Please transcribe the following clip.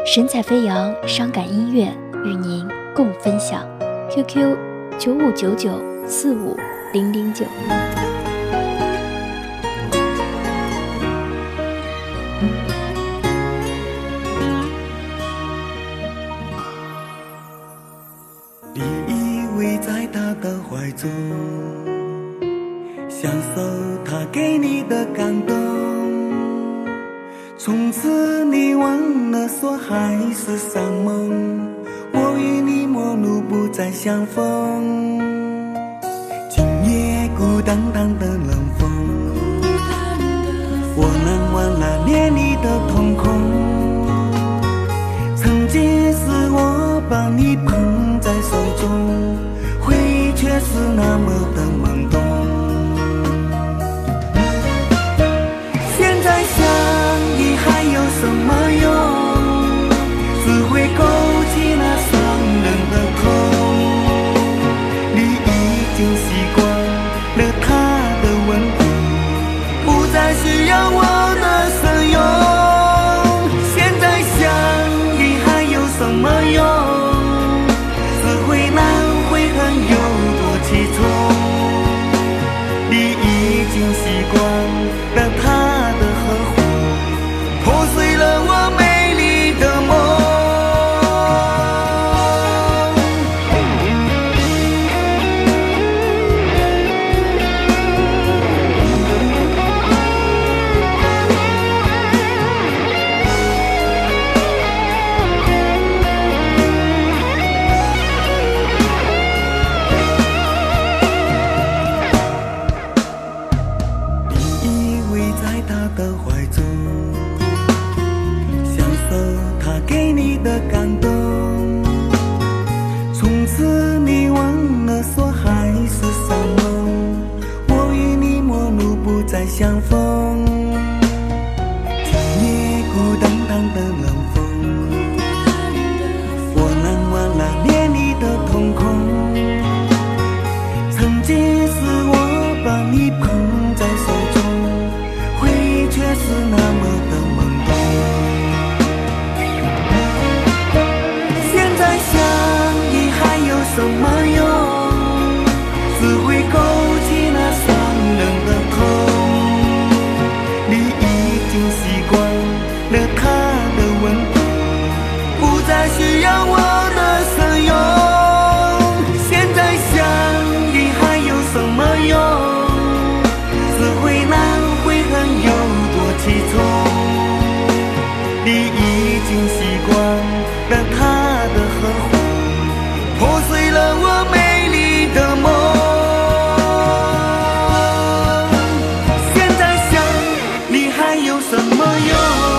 神采飞扬，伤感音乐与您共分享。QQ 9599450009。 你依偎在他的怀中，享受他给你的感动。从此你忘了说海誓山盟，我与你陌路不再相逢。今夜孤单单的冷风，我难忘那年你的瞳孔。曾经是我把你捧在手中，回忆却是那么的懵懂。现在想你还有什么用，只会勾起那伤人的痛。你已经习惯了他的温度，不再需要我的深拥。现在想你还有什么用，只会难会恨有多凄重。你已经习惯了他的呵护，破碎了我美丽的梦。你依偎在他的怀中，享受他给你的感动。从此你忘了说海誓山盟，我与你陌路不再相逢。今夜孤单单的冷风，我难忘那年你的瞳孔。曾经是我把你捧在手中，回忆却是那么的懵懂。现在想你还有什么用，只会勾起那伤人的痛。你已经习惯了他的温度，不再需要我的深拥。现在想你还有什么用，只会难会恨有多凄重。你已经习惯了他的呵护，破碎了我美丽的梦。现在想你还有什么用，